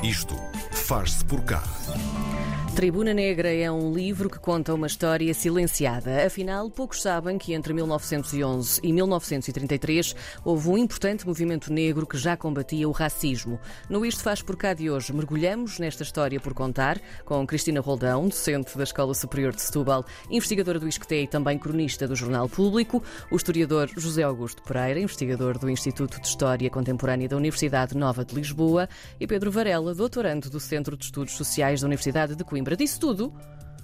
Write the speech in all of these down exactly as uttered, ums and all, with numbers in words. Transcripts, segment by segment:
Isto faz-se por cá. Tribuna Negra é um livro que conta uma história silenciada. Afinal, poucos sabem que entre mil novecentos e onze e mil novecentos e trinta e três houve um importante movimento negro que já combatia o racismo. No Isto Faz Por Cá de hoje, mergulhamos nesta história por contar com Cristina Roldão, docente da Escola Superior de Setúbal, investigadora do ISCTE e também cronista do Jornal Público, o historiador José Augusto Pereira, investigador do Instituto de História Contemporânea da Universidade Nova de Lisboa, e Pedro Varela, doutorando do Centro de Estudos Sociais da Universidade de Coimbra. Disse tudo?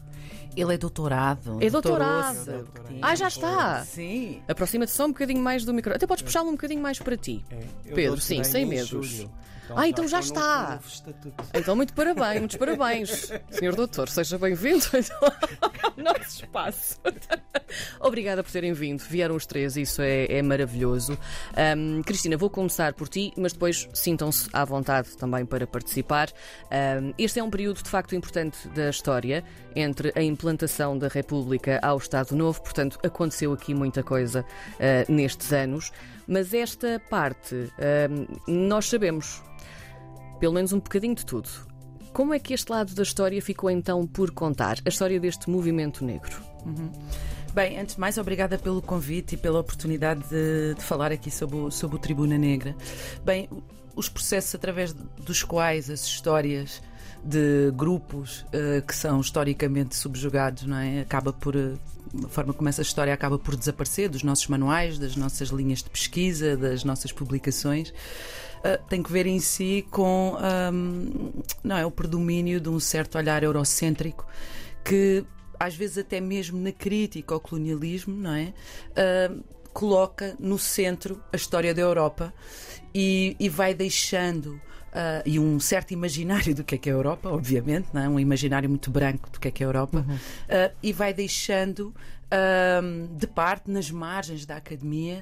Ele é doutorado. É doutorado. Ah, já está. Sim. Aproxima-te só um bocadinho mais do microfone. Até podes puxá-lo um bocadinho mais para ti. É, Pedro, sim, sem medos. Então, ah, então já já está. Então, muito parabéns, muitos parabéns. senhor Doutor, seja bem-vindo ao nosso espaço. Obrigada por terem vindo. Vieram os três, isso é, é maravilhoso. Um, Cristina, vou começar por ti, mas depois sintam-se à vontade também para participar. Um, este é um período, de facto, importante da história, entre a implantação da República ao Estado Novo, portanto, aconteceu aqui muita coisa uh, nestes anos. Mas esta parte, uh, nós sabemos pelo menos um bocadinho de tudo. Como é que este lado da história ficou então por contar? A história deste movimento negro. Uhum. Bem, antes de mais, obrigada pelo convite e pela oportunidade de, de falar aqui sobre o, sobre o Tribuna Negra. Bem, os processos através dos quais as histórias de grupos uh, que são historicamente subjugados, não é? Acaba por, uh, a forma como essa história acaba por desaparecer dos nossos manuais, das nossas linhas de pesquisa, das nossas publicações. Uh, tem que ver em si com um, não é, o predomínio de um certo olhar eurocêntrico que, às vezes, até mesmo na crítica ao colonialismo, não é, uh, coloca no centro a história da Europa e, e vai deixando uh, e um certo imaginário do que é que é a Europa, obviamente, não é? Um imaginário muito branco do que é que é a Europa, uhum. uh, e vai deixando uh, de parte, nas margens da academia,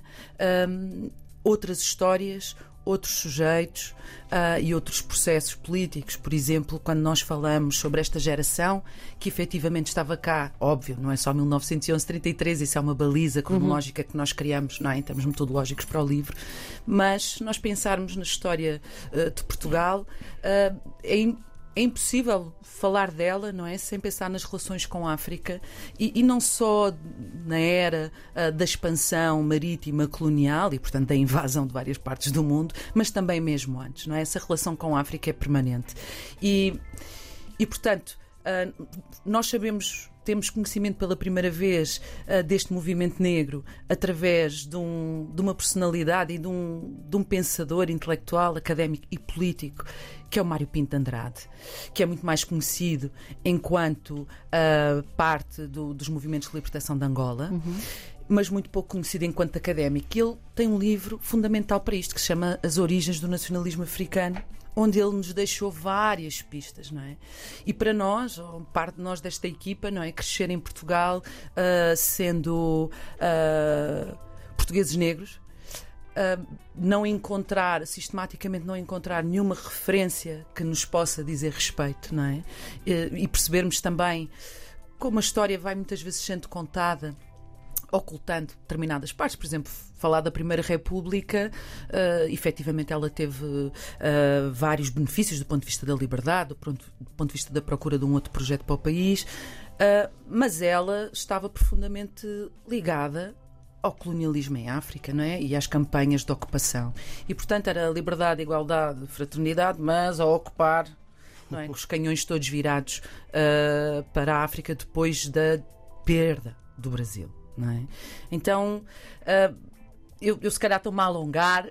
uh, outras histórias, outros sujeitos uh, e outros processos políticos. Por exemplo, quando nós falamos sobre esta geração que efetivamente estava cá, óbvio, não é só mil novecentos e onze, trinta e três, isso é uma baliza cronológica uhum. que nós criamos, não é, em termos metodológicos para o livro, mas se nós pensarmos na história uh, de Portugal, uh, é É impossível falar dela, não é, sem pensar nas relações com a África e, e não só na era uh, da expansão marítima colonial e, portanto, da invasão de várias partes do mundo, mas também mesmo antes, não é? Essa relação com a África é permanente. E, e portanto, uh, nós sabemos... Temos conhecimento pela primeira vez uh, deste movimento negro através de, um, de uma personalidade e de um, de um pensador intelectual, académico e político, que é o Mário Pinto de Andrade, que é muito mais conhecido enquanto uh, parte do, dos movimentos de libertação de Angola, uhum. mas muito pouco conhecido enquanto académico. Ele tem um livro fundamental para isto, que se chama As Origens do Nacionalismo Africano, onde ele nos deixou várias pistas, não é? E para nós, ou parte de nós desta equipa, não é, crescer em Portugal uh, sendo uh, portugueses negros, uh, não encontrar, sistematicamente não encontrar nenhuma referência que nos possa dizer respeito, não é? E, e percebermos também como a história vai muitas vezes sendo contada ocultando determinadas partes. Por exemplo, falar da Primeira República, uh, efetivamente ela teve uh, vários benefícios do ponto de vista da liberdade, do ponto, do ponto de vista da procura de um outro projeto para o país, uh, mas ela estava profundamente ligada ao colonialismo em África, não é? E às campanhas de ocupação. E, portanto, era liberdade, igualdade, fraternidade, mas a ocupar, não é? Com os canhões todos virados uh, para a África depois da perda do Brasil. Não é? Então, uh, eu, eu se calhar estou-me a alongar,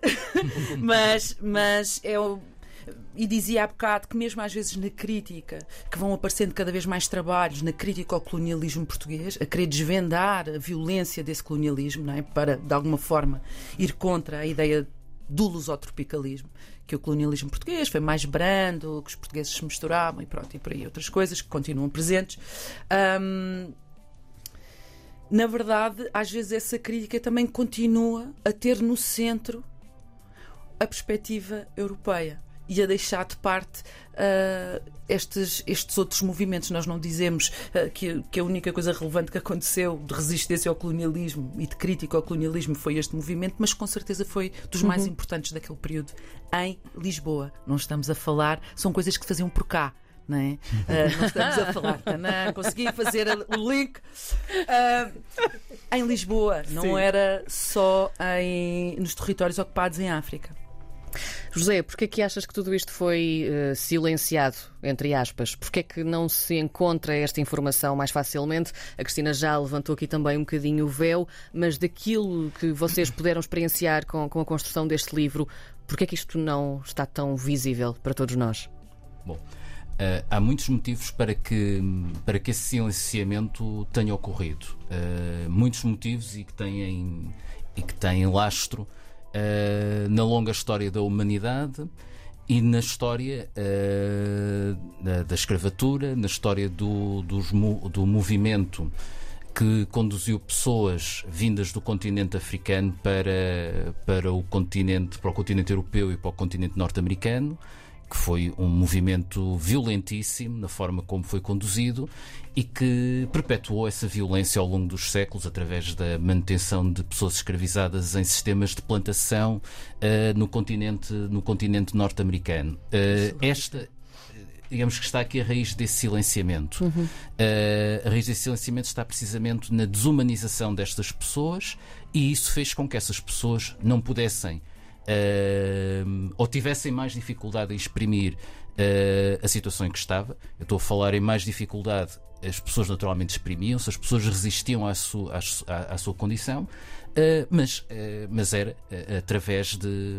mas, mas eu, e dizia há bocado que mesmo às vezes na crítica, que vão aparecendo cada vez mais trabalhos na crítica ao colonialismo português, a querer desvendar a violência desse colonialismo, não é? Para, de alguma forma, ir contra a ideia do lusotropicalismo, que o colonialismo português foi mais brando, que os portugueses se misturavam e pronto, e por aí outras coisas que continuam presentes. Um, Na verdade, às vezes essa crítica também continua a ter no centro a perspectiva europeia. e a deixar de parte uh, estes, estes outros movimentos. Nós não dizemos uh, que, que a única coisa relevante que aconteceu de resistência ao colonialismo e de crítica ao colonialismo foi este movimento, mas com certeza foi dos mais Uhum. importantes daquele período em Lisboa. Não estamos a falar, são coisas que faziam por cá. Não é? Uh, não estamos a falar, não, consegui fazer o link uh, em Lisboa, não Sim. era só em, nos territórios ocupados em África. José, porquê é que achas que tudo isto foi uh, silenciado, entre aspas? Porquê é que não se encontra esta informação mais facilmente? A Cristina já levantou aqui também um bocadinho o véu, mas daquilo que vocês puderam experienciar com, com a construção deste livro, porquê é que isto não está tão visível para todos nós? Bom, Uh, há muitos motivos para que, para que esse silenciamento tenha ocorrido. Uh, muitos motivos e que têm, e que têm lastro uh, na longa história da humanidade e na história uh, da, da escravatura, na história do, dos, do movimento que conduziu pessoas vindas do continente africano para, para, o continente, para o continente europeu e para o continente norte-americano, que foi um movimento violentíssimo na forma como foi conduzido e que perpetuou essa violência ao longo dos séculos através da manutenção de pessoas escravizadas em sistemas de plantação uh, no continente, no continente norte-americano. Uh, esta, digamos que está aqui a raiz desse silenciamento. Uhum. Uh, a raiz desse silenciamento está precisamente na desumanização destas pessoas e isso fez com que essas pessoas não pudessem Uh, ou tivessem mais dificuldade em exprimir uh, a situação em que estava. Eu estou a falar em mais dificuldade. As pessoas naturalmente exprimiam-se, as pessoas resistiam à sua, à, à sua condição, uh, mas, uh, mas era uh, através de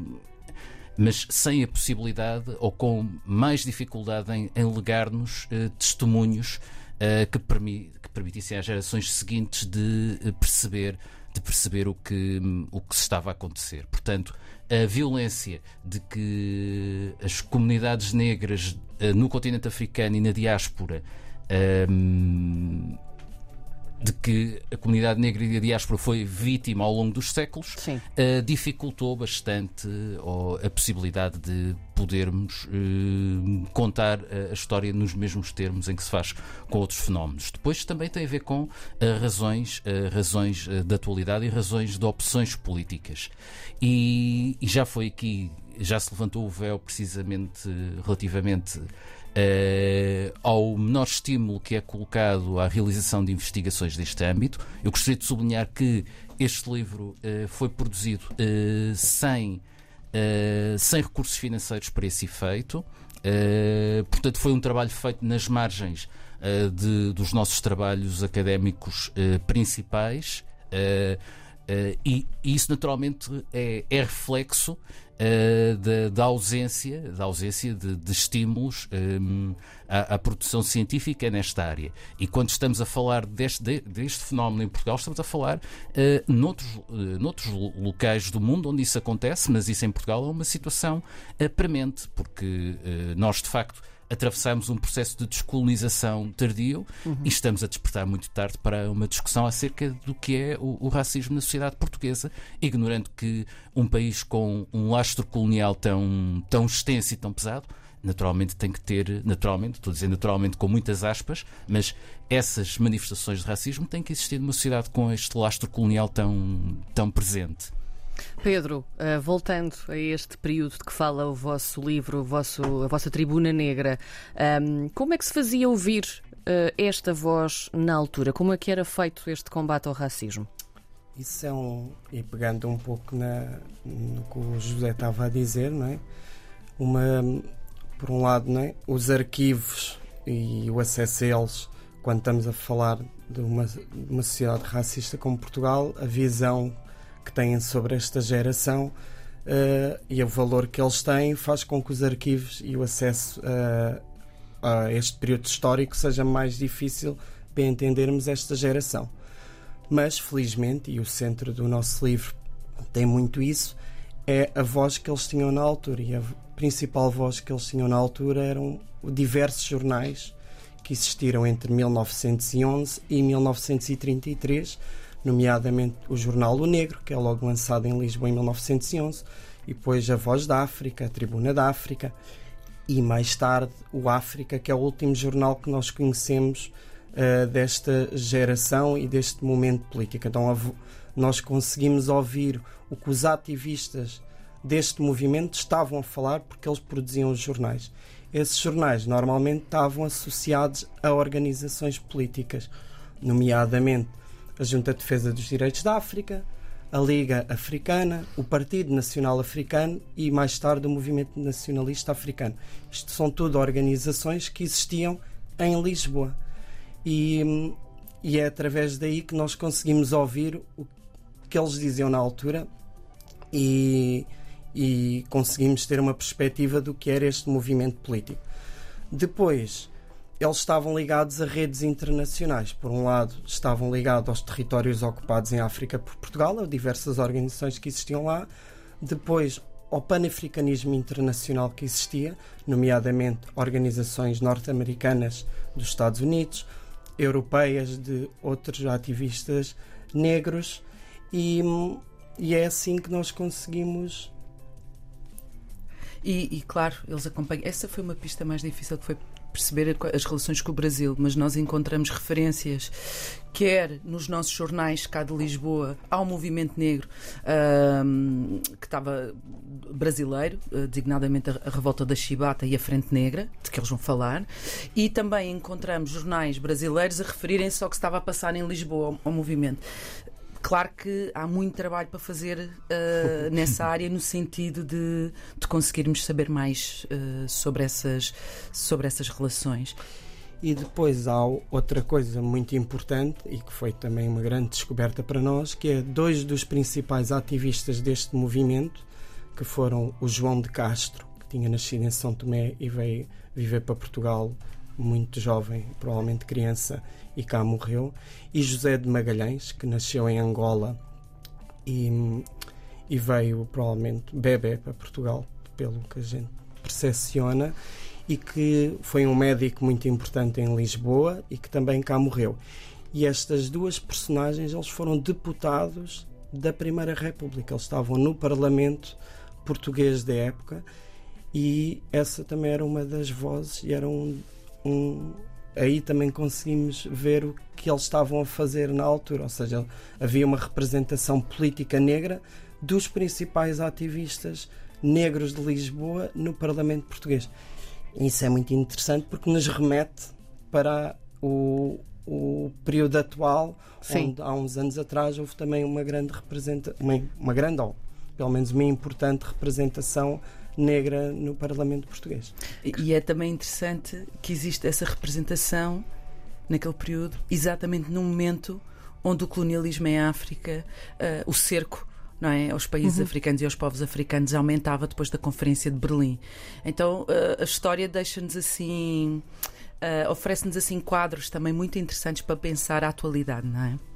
mas sem a possibilidade ou com mais dificuldade em, em legar-nos uh, testemunhos uh, que, permi que permitissem às gerações seguintes de uh, perceber de perceber o que, o que se estava a acontecer. Portanto, a violência de que as comunidades negras uh, no continente africano e na diáspora, um, de que a comunidade negra e a diáspora foi vítima ao longo dos séculos, uh, dificultou bastante uh, a possibilidade de podermos uh, contar a história nos mesmos termos em que se faz com outros fenómenos. Depois também tem a ver com uh, razões, uh, razões uh, da atualidade e razões de opções políticas. E, e já foi aqui, já se levantou o véu precisamente uh, relativamente Uh, ao menor estímulo que é colocado à realização de investigações deste âmbito. Eu gostaria de sublinhar que este livro uh, foi produzido uh, sem, uh, sem recursos financeiros para esse efeito. Uh, portanto, foi um trabalho feito nas margens uh, de, dos nossos trabalhos académicos uh, principais. Uh, Uh, e, e isso naturalmente é, é reflexo uh, da, da ausência, da ausência de, de estímulos um, à, à produção científica nesta área. E quando estamos a falar deste, de, deste fenómeno em Portugal, estamos a falar uh, noutros, uh, noutros locais do mundo onde isso acontece, mas isso em Portugal é uma situação uh, premente, porque uh, nós de facto atravessamos um processo de descolonização tardio uhum. e estamos a despertar muito tarde para uma discussão acerca do que é o, o racismo na sociedade portuguesa, ignorando que um país com um lastro colonial tão, tão extenso e tão pesado naturalmente tem que ter, naturalmente, estou a dizer naturalmente com muitas aspas, mas essas manifestações de racismo têm que existir numa sociedade com este lastro colonial tão, tão presente. Pedro, uh, voltando a este período de que fala o vosso livro, o vosso, a vossa Tribuna Negra, um, como é que se fazia ouvir uh, esta voz na altura? Como é que era feito este combate ao racismo? Isso é um... E pegando um pouco na, no que o José estava a dizer, não é? Uma, por um lado, não é? Os arquivos e o acesso a eles, quando estamos a falar de uma, de uma sociedade racista como Portugal, a visão que têm sobre esta geração uh, e o valor que eles têm faz com que os arquivos e o acesso uh, a este período histórico seja mais difícil para entendermos esta geração. Mas, felizmente, e o centro do nosso livro tem muito isso, é a voz que eles tinham na altura. E a principal voz que eles tinham na altura eram diversos jornais que existiram entre mil novecentos e onze e mil novecentos e trinta e três, nomeadamente o jornal O Negro, que é logo lançado em Lisboa em mil novecentos e onze, e depois a Voz da África, a Tribuna da África, e mais tarde o África, que é o último jornal que nós conhecemos uh, desta geração e deste momento político. Então nós conseguimos ouvir o que os ativistas deste movimento estavam a falar, porque eles produziam os jornais. Esses jornais normalmente estavam associados a organizações políticas, nomeadamente a Junta de Defesa dos Direitos da África, a Liga Africana, o Partido Nacional Africano e mais tarde o Movimento Nacionalista Africano. Isto são tudo organizações que existiam em Lisboa. E, e é através daí que nós conseguimos ouvir o que eles diziam na altura e, e conseguimos ter uma perspectiva do que era este movimento político. Depois, eles estavam ligados a redes internacionais. Por um lado, estavam ligados aos territórios ocupados em África por Portugal, a diversas organizações que existiam lá. Depois, ao panafricanismo internacional que existia, nomeadamente organizações norte-americanas dos Estados Unidos, europeias, de outros ativistas negros, e, e é assim que nós conseguimos. E, e claro, eles acompanham. Essa foi uma pista mais difícil, que foi perceber as relações com o Brasil, mas nós encontramos referências, quer nos nossos jornais cá de Lisboa, ao movimento negro um, que estava brasileiro, uh, designadamente a, a Revolta da Chibata e a Frente Negra, de que eles vão falar, e também encontramos jornais brasileiros a referirem-se ao que estava a passar em Lisboa, ao, ao movimento. Claro que há muito trabalho para fazer uh, nessa área, no sentido de, de conseguirmos saber mais uh, sobre, essas, sobre essas relações. E depois há outra coisa muito importante, e que foi também uma grande descoberta para nós, que é dois dos principais ativistas deste movimento, que foram o João de Castro, que tinha nascido em São Tomé e veio viver para Portugal muito jovem, provavelmente criança, e cá morreu, e José de Magalhães, que nasceu em Angola e, e veio provavelmente bebê para Portugal, pelo que a gente percepciona, e que foi um médico muito importante em Lisboa e que também cá morreu. E estas duas personagens, eles foram deputados da Primeira República, eles estavam no Parlamento português da época, e essa também era uma das vozes, e era um Um, aí também conseguimos ver o que eles estavam a fazer na altura, ou seja, havia uma representação política negra dos principais ativistas negros de Lisboa no Parlamento Português. E isso é muito interessante porque nos remete para o, o período atual, Sim. onde há uns anos atrás houve também uma grande representação, uma, uma grande, ou pelo menos uma importante representação negra no Parlamento Português. E, e é também interessante que existe essa representação naquele período, exatamente no momento onde o colonialismo em África, uh, o cerco, não é, aos países uhum. africanos e aos povos africanos aumentava depois da Conferência de Berlim. Então uh, a história deixa-nos assim, uh, oferece-nos assim quadros também muito interessantes para pensar a atualidade, não é?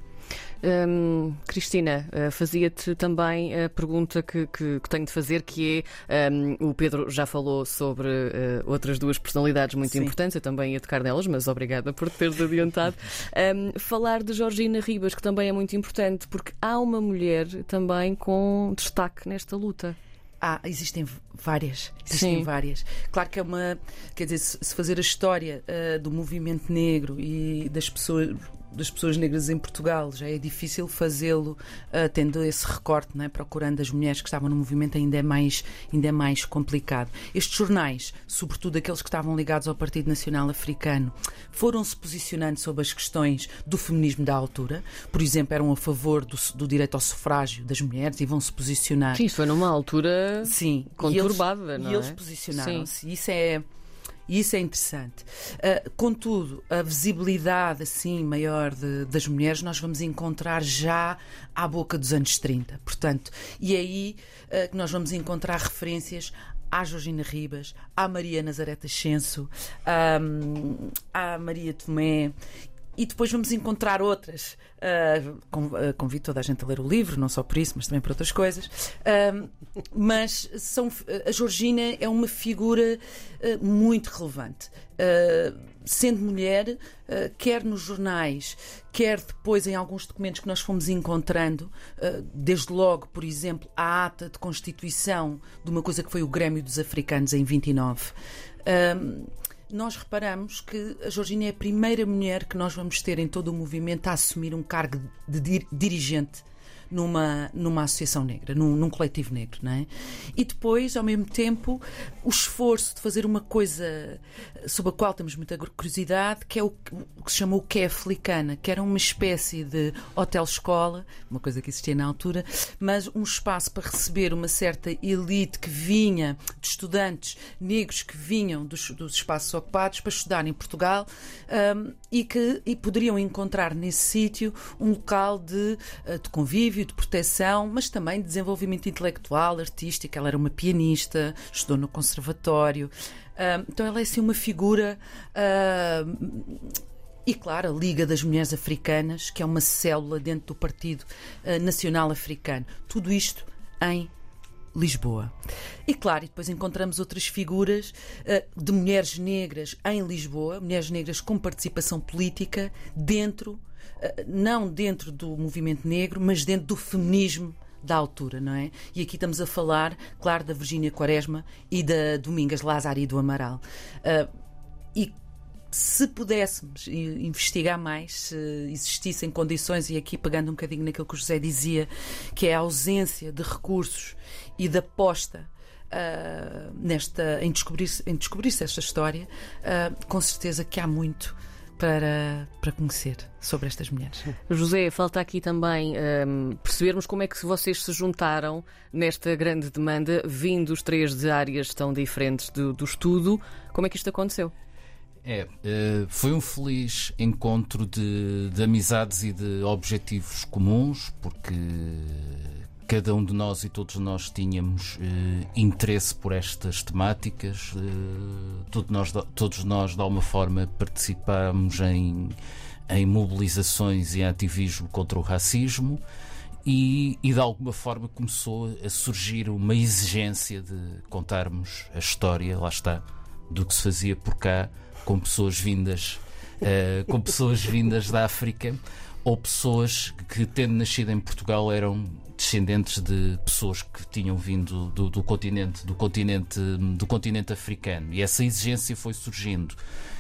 Hum, Cristina, uh, fazia-te também a pergunta que, que, que tenho de fazer, que é, um, o Pedro já falou sobre uh, outras duas personalidades muito Sim. importantes, eu também ia tocar nelas, mas obrigada por teres adiantado. Um, falar de Georgina Ribas, que também é muito importante, porque há uma mulher também com destaque nesta luta. Ah, existem várias, existem Sim. várias. Claro que é uma, quer dizer, se fazer a história uh, do movimento negro e das pessoas das pessoas negras em Portugal já é difícil fazê-lo uh, tendo esse recorte, não é? Procurando as mulheres que estavam no movimento, ainda é mais, ainda é mais complicado. Estes jornais, sobretudo aqueles que estavam ligados ao Partido Nacional Africano, foram-se posicionando sobre as questões do feminismo da altura. Por exemplo, eram a favor do, do direito ao sufrágio das mulheres e vão-se posicionar. Sim, isso foi numa altura Sim, conturbada, e eles, não e eles é? posicionaram-se. E isso é E isso é interessante. Uh, contudo, a visibilidade assim maior de, das mulheres nós vamos encontrar já à boca dos anos trinta. Portanto, e aí uh, que nós vamos encontrar referências à Georgina Ribas, à Maria Nazareta Ascenso, um, à Maria Tomé. e depois vamos encontrar outras. Uh, com, uh, convido toda a gente a ler o livro, não só por isso, mas também por outras coisas. Uh, mas são, a Georgina é uma figura uh, muito relevante. Uh, sendo mulher, uh, quer nos jornais, quer depois em alguns documentos que nós fomos encontrando, uh, desde logo, por exemplo, a ata de constituição de uma coisa que foi o Grêmio dos Africanos em vinte e nove. Uh, nós reparamos que a Georgina é a primeira mulher que nós vamos ter em todo o movimento a assumir um cargo de dir- dirigente numa, numa associação negra, num, num coletivo negro, não é? E depois, ao mesmo tempo, o esforço de fazer uma coisa sobre a qual temos muita curiosidade, que é o, o que se chamou o Q E Africana, que era uma espécie de hotel-escola, uma coisa que existia na altura, mas um espaço para receber uma certa elite que vinha de estudantes negros que vinham dos, dos espaços ocupados para estudar em Portugal, um, e que e poderiam encontrar nesse sítio um local de, de convívio, de proteção, mas também de desenvolvimento intelectual, artístico. Ela era uma pianista, estudou no conservatório. Uh, então ela é assim uma figura... Uh, e claro, a Liga das Mulheres Africanas, que é uma célula dentro do Partido uh, Nacional Africano. Tudo isto em Lisboa. E claro, e depois encontramos outras figuras uh, de mulheres negras em Lisboa, mulheres negras com participação política dentro, uh, não dentro do movimento negro, mas dentro do feminismo da altura, não é? E aqui estamos a falar, claro, da Virgínia Quaresma e da Domingas Lázaro e do Amaral. Uh, e se pudéssemos investigar mais, se existissem condições, e aqui pegando um bocadinho naquilo que o José dizia, que é a ausência de recursos e de aposta uh, nesta, em descobrir-se em descobrir-se esta história, uh, com certeza que há muito para, para conhecer sobre estas mulheres. José, falta aqui também um, percebermos como é que vocês se juntaram nesta grande demanda, vindo os três de áreas tão diferentes do, do estudo. Como é que isto aconteceu? É, foi um feliz encontro de, de amizades e de objetivos comuns, porque cada um de nós e todos nós tínhamos eh, interesse por estas temáticas. Eh, todos, nós, todos nós, de alguma forma, participámos em, em mobilizações e ativismo contra o racismo. E, e de alguma forma começou a surgir uma exigência de contarmos a história, lá está, do que se fazia por cá, com pessoas vindas uh, com pessoas vindas da África, ou pessoas que, tendo nascido em Portugal, eram descendentes de pessoas que tinham vindo do, do continente do continente do continente africano. E essa exigência foi surgindo.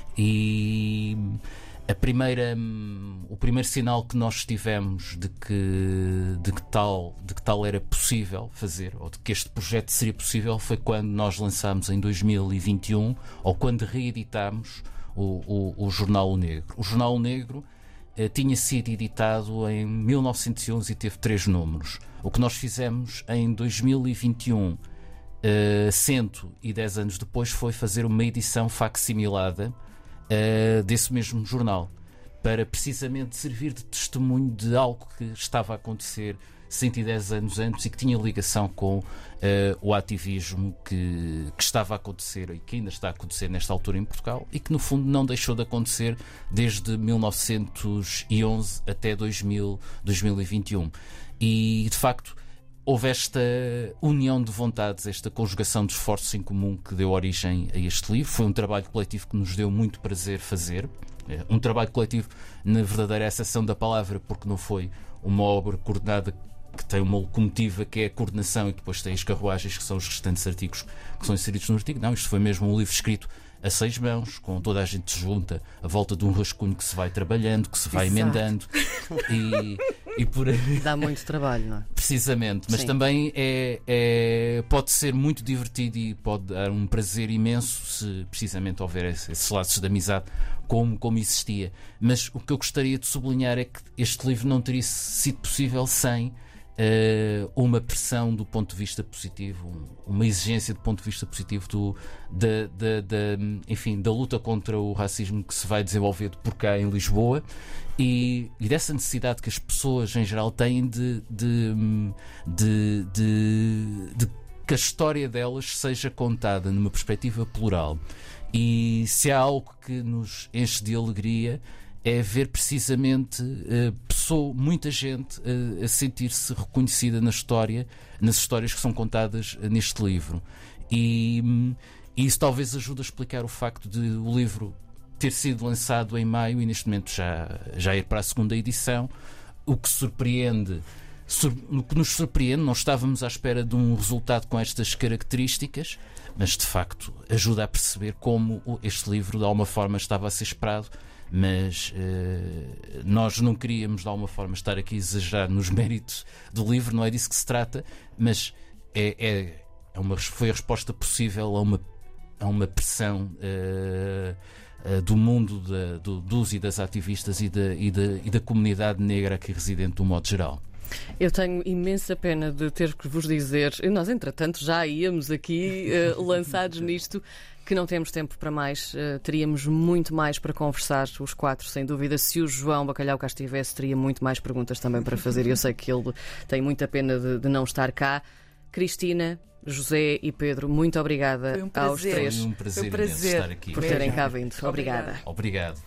E a primeira, o primeiro sinal que nós tivemos de que, de que tal, de que tal era possível fazer, ou de que este projeto seria possível, foi quando nós lançámos em dois mil e vinte e um, ou quando reeditámos o, o, o Jornal Negro. O Jornal Negro eh, tinha sido editado em mil novecentos e onze e teve três números. O que nós fizemos em dois mil e vinte e um, eh, cento e dez anos depois, foi fazer uma edição facsimilada Uh, desse mesmo jornal, para precisamente servir de testemunho de algo que estava a acontecer cento e dez anos antes e que tinha ligação com uh, o ativismo que, que estava a acontecer e que ainda está a acontecer nesta altura em Portugal, e que no fundo não deixou de acontecer desde mil novecentos e onze até dois mil, dois mil e vinte e um. E de facto houve esta união de vontades, esta conjugação de esforços em comum que deu origem a este livro. Foi um trabalho coletivo que nos deu muito prazer fazer. Um trabalho coletivo na verdadeira acessão da palavra, porque não foi uma obra coordenada que tem uma locomotiva que é a coordenação e depois tem as carruagens que são os restantes artigos que são inseridos no artigo. Não, isto foi mesmo um livro escrito a seis mãos, com toda a gente junta à volta de um rascunho que se vai trabalhando, que se vai Exato. emendando e, e por aí. Dá muito trabalho, não é? Precisamente, mas Sim. também é, é, pode ser muito divertido e pode dar um prazer imenso se precisamente houver esses laços de amizade como, como existia. Mas o que eu gostaria de sublinhar é que este livro não teria sido possível sem Uh, uma pressão do ponto de vista positivo, um, uma exigência do ponto de vista positivo do, da, da, da, enfim, da luta contra o racismo que se vai desenvolver por cá em Lisboa, e, e dessa necessidade que as pessoas em geral têm de, de, de, de, de que a história delas seja contada numa perspectiva plural. E se há algo que nos enche de alegria é ver precisamente uh, pessoa, muita gente uh, a sentir-se reconhecida na história, nas histórias que são contadas uh, neste livro. E, um, e isso talvez ajude a explicar o facto de o livro ter sido lançado em maio e neste momento já, já ir para a segunda edição, o que surpreende, sur, o que nos surpreende, não estávamos à espera de um resultado com estas características, mas de facto ajuda a perceber como este livro de alguma forma estava a ser esperado, mas uh, nós não queríamos de alguma forma estar aqui a exagerar nos méritos do livro, não é disso que se trata, mas é, é, é uma, foi a resposta possível a uma, a uma pressão uh, do mundo de, do, dos e das ativistas e da, e, da, e da comunidade negra aqui residente de um modo geral. Eu tenho imensa pena de ter que vos dizer, e nós entretanto já íamos aqui uh, lançados nisto, que não temos tempo para mais, uh, teríamos muito mais para conversar, os quatro, sem dúvida. Se o João Bacalhau cá estivesse, teria muito mais perguntas também para fazer, e eu sei que ele tem muita pena de, de não estar cá. Cristina, José e Pedro, muito obrigada Foi um aos prazer. três Foi um prazer, Foi um prazer imenso estar aqui. por terem cá vindo. Obrigada. Obrigado.